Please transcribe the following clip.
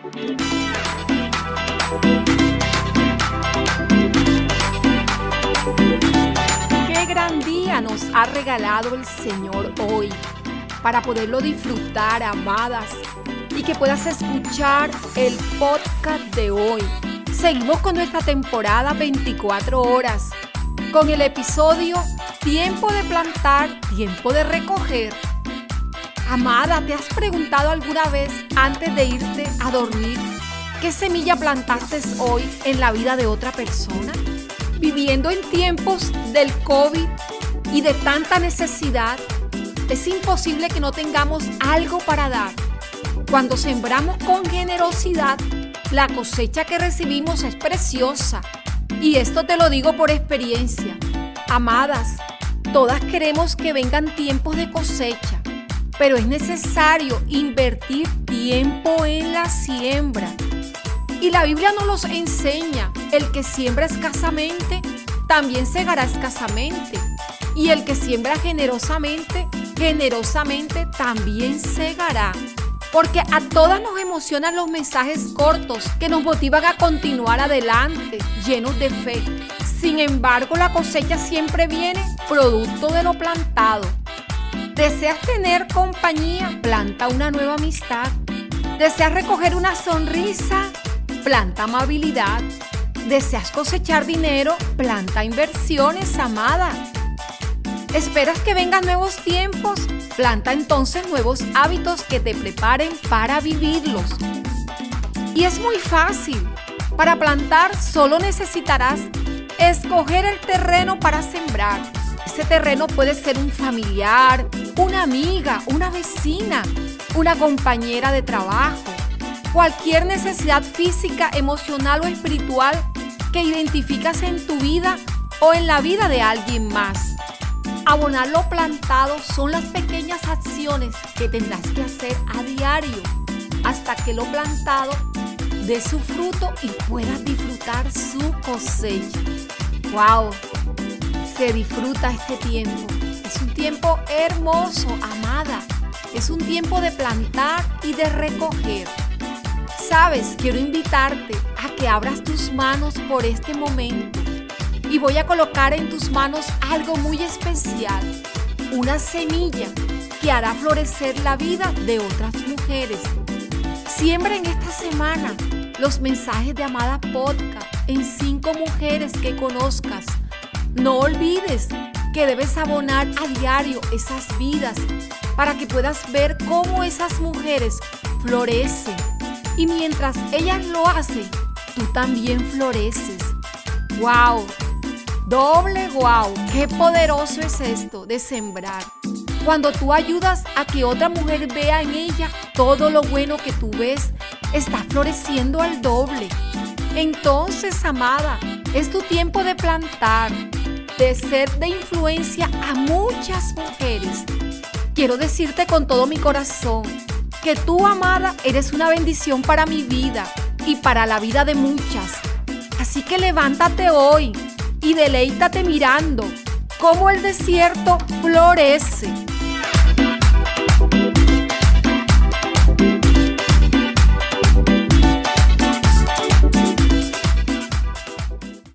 Qué gran día nos ha regalado el Señor hoy para poderlo disfrutar, amadas, y que puedas escuchar el podcast de hoy. Seguimos con nuestra temporada 24 horas, con el episodio Tiempo de plantar, tiempo de recoger. Amada, ¿te has preguntado alguna vez antes de irte a dormir qué semilla plantaste hoy en la vida de otra persona? Viviendo en tiempos del COVID y de tanta necesidad, es imposible que no tengamos algo para dar. Cuando sembramos con generosidad, la cosecha que recibimos es preciosa. Y esto te lo digo por experiencia. Amadas, todas queremos que vengan tiempos de cosecha, pero es necesario invertir tiempo en la siembra. Y la Biblia nos los enseña. El que siembra escasamente, también segará escasamente. Y el que siembra generosamente, generosamente también segará. Porque a todas nos emocionan los mensajes cortos que nos motivan a continuar adelante, llenos de fe. Sin embargo, la cosecha siempre viene producto de lo plantado. ¿Deseas tener compañía? Planta una nueva amistad. ¿Deseas recoger una sonrisa? Planta amabilidad. ¿Deseas cosechar dinero? Planta inversiones, amada. ¿Esperas que vengan nuevos tiempos? Planta entonces nuevos hábitos que te preparen para vivirlos. Y es muy fácil. Para plantar solo necesitarás escoger el terreno para sembrar. Ese terreno puede ser un familiar, una amiga, una vecina, una compañera de trabajo. Cualquier necesidad física, emocional o espiritual que identificas en tu vida o en la vida de alguien más. Abonar lo plantado son las pequeñas acciones que tendrás que hacer a diario hasta que lo plantado dé su fruto y puedas disfrutar su cosecha. ¡Wow! Se disfruta este tiempo. Es un tiempo hermoso, amada. Es un tiempo de plantar y de recoger. Sabes, quiero invitarte a que abras tus manos por este momento. Y voy a colocar en tus manos algo muy especial, una semilla que hará florecer la vida de otras mujeres. Siembra en esta semana los mensajes de Amada Podcast en 5 mujeres que conozcas. No olvides que debes abonar a diario esas vidas para que puedas ver cómo esas mujeres florecen. Y mientras ellas lo hacen, tú también floreces. ¡Wow! Doble wow, qué poderoso es esto de sembrar. Cuando tú ayudas a que otra mujer vea en ella todo lo bueno que tú ves, está floreciendo al doble. Entonces, amada, es tu tiempo de plantar, de ser de influencia a muchas mujeres. Quiero decirte con todo mi corazón que tú, amada, eres una bendición para mi vida y para la vida de muchas. Así que levántate hoy y deleítate mirando cómo el desierto florece.